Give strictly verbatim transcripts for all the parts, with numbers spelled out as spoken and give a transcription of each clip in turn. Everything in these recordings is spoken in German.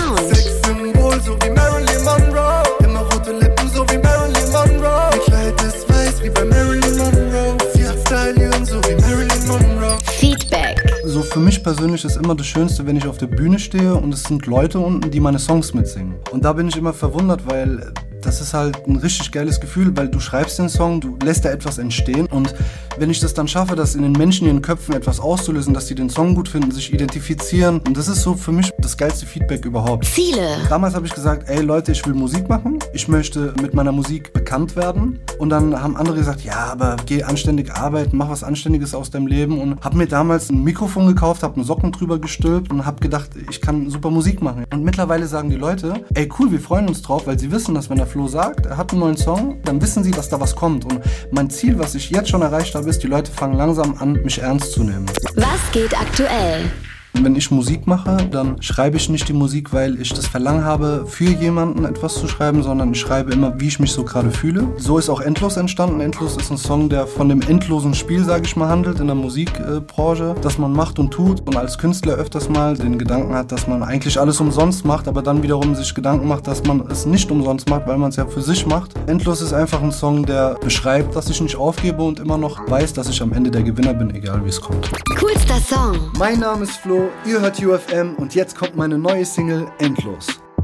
Sound. Sexsymbol, so wie Marilyn Monroe. Immer rote Lippen, so wie Marilyn Monroe. Ihr Kleid ist weiß, wie bei Marilyn Monroe. Sie hat Stallion, so wie Marilyn Monroe. Feedback. So für mich persönlich ist immer das Schönste, wenn ich auf der Bühne stehe und es sind Leute unten, die meine Songs mitsingen. Und da bin ich immer verwundert, weil das ist halt ein richtig geiles Gefühl, weil du schreibst den Song, du lässt da etwas entstehen und wenn ich das dann schaffe, dass in den Menschen, in ihren Köpfen etwas auszulösen, dass die den Song gut finden, sich identifizieren und das ist so für mich das geilste Feedback überhaupt. Ziele. Damals habe ich gesagt, ey Leute, ich will Musik machen, ich möchte mit meiner Musik bekannt werden und dann haben andere gesagt, ja, aber geh anständig arbeiten, mach was Anständiges aus deinem Leben und habe mir damals ein Mikrofon gekauft, habe einen Socken drüber gestülpt und habe gedacht, ich kann super Musik machen. Und mittlerweile sagen die Leute, ey cool, wir freuen uns drauf, weil sie wissen, dass wenn der Flo sagt, er hat einen neuen Song, dann wissen sie, dass da was kommt. Und mein Ziel, was ich jetzt schon erreicht habe, ist, die Leute fangen langsam an, mich ernst zu nehmen. Was geht aktuell? Wenn ich Musik mache, dann schreibe ich nicht die Musik, weil ich das Verlangen habe, für jemanden etwas zu schreiben, sondern ich schreibe immer, wie ich mich so gerade fühle. So ist auch Endlos entstanden. Endlos ist ein Song, der von dem endlosen Spiel, sage ich mal, handelt in der Musikbranche, das man macht und tut und als Künstler öfters mal den Gedanken hat, dass man eigentlich alles umsonst macht, aber dann wiederum sich Gedanken macht, dass man es nicht umsonst macht, weil man es ja für sich macht. Endlos ist einfach ein Song, der beschreibt, dass ich nicht aufgebe und immer noch weiß, dass ich am Ende der Gewinner bin, egal wie es kommt. Coolster Song. Mein Name ist Flo, ihr hört U F M und jetzt kommt meine neue Single Endlos.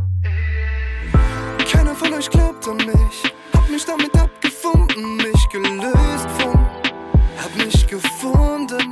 Keiner von euch glaubt an mich, hab mich damit abgefunden, mich gelöst von, hab mich gefunden.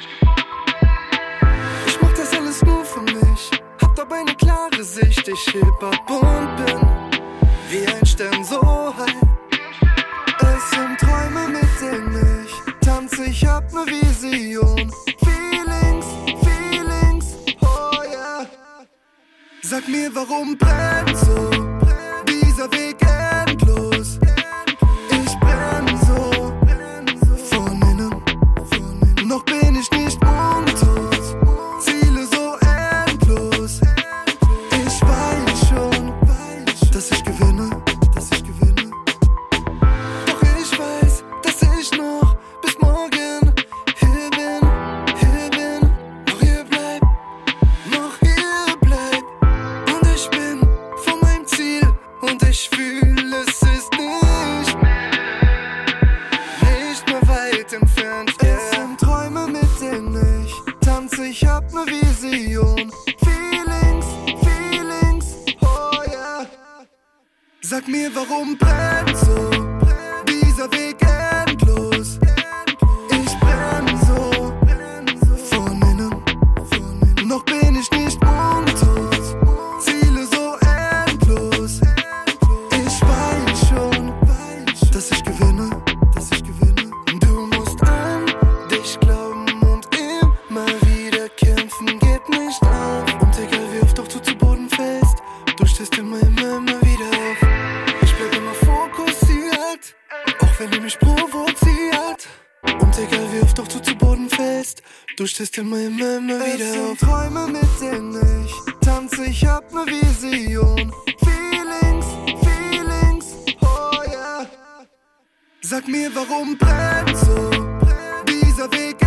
Ich mach das alles nur für mich, hab dabei eine klare Sicht, ich heb ab und bin wie ein Stern so high. Es sind Träume, mit denen ich tanze, ich hab ne Vision. Feelings, Feelings, oh yeah. Sag mir, warum brennt so dieser Weg endlos? Ich brenn so von innen, noch bin ich nicht mundtot. Ziele so endlos. Ich weiß schon, dass ich gewinne, dass ich gewinne. Doch ich weiß, dass ich noch bis morgen hier bin, hier bin, noch hier bleib, noch hier bleib. Und ich bin vor meinem Ziel und ich fühle, es ist nicht mehr, nicht mehr weit entfernt. Yeah. Es sind Träume, mit denen ich tanze, ich hab ne Vision. Feelings, Feelings, oh yeah. Sag mir, warum brennt so dieser Weg endlos? Ich brenn so von innen, noch bin ich nicht mundtot. Ziele so endlos. Ich weiß schon, dass ich gewinne, dass ich gewinne. Du musst an dich glauben und immer wieder kämpfen, gib nicht auf. Und egal wie oft auch du zu Boden fällst, du stehst immer, immer, immer wieder auf. Ich bleib immer fokussiert, auch wenn du mich provoziert. Und egal wie oft auch du zu Boden fällst, du stehst immer, immer, immer wieder auf. Es sind Träume, mit denen ich tanze, ich hab ne Vision. Feelings, Feelings, oh yeah. Sag mir, warum brennt so dieser Weg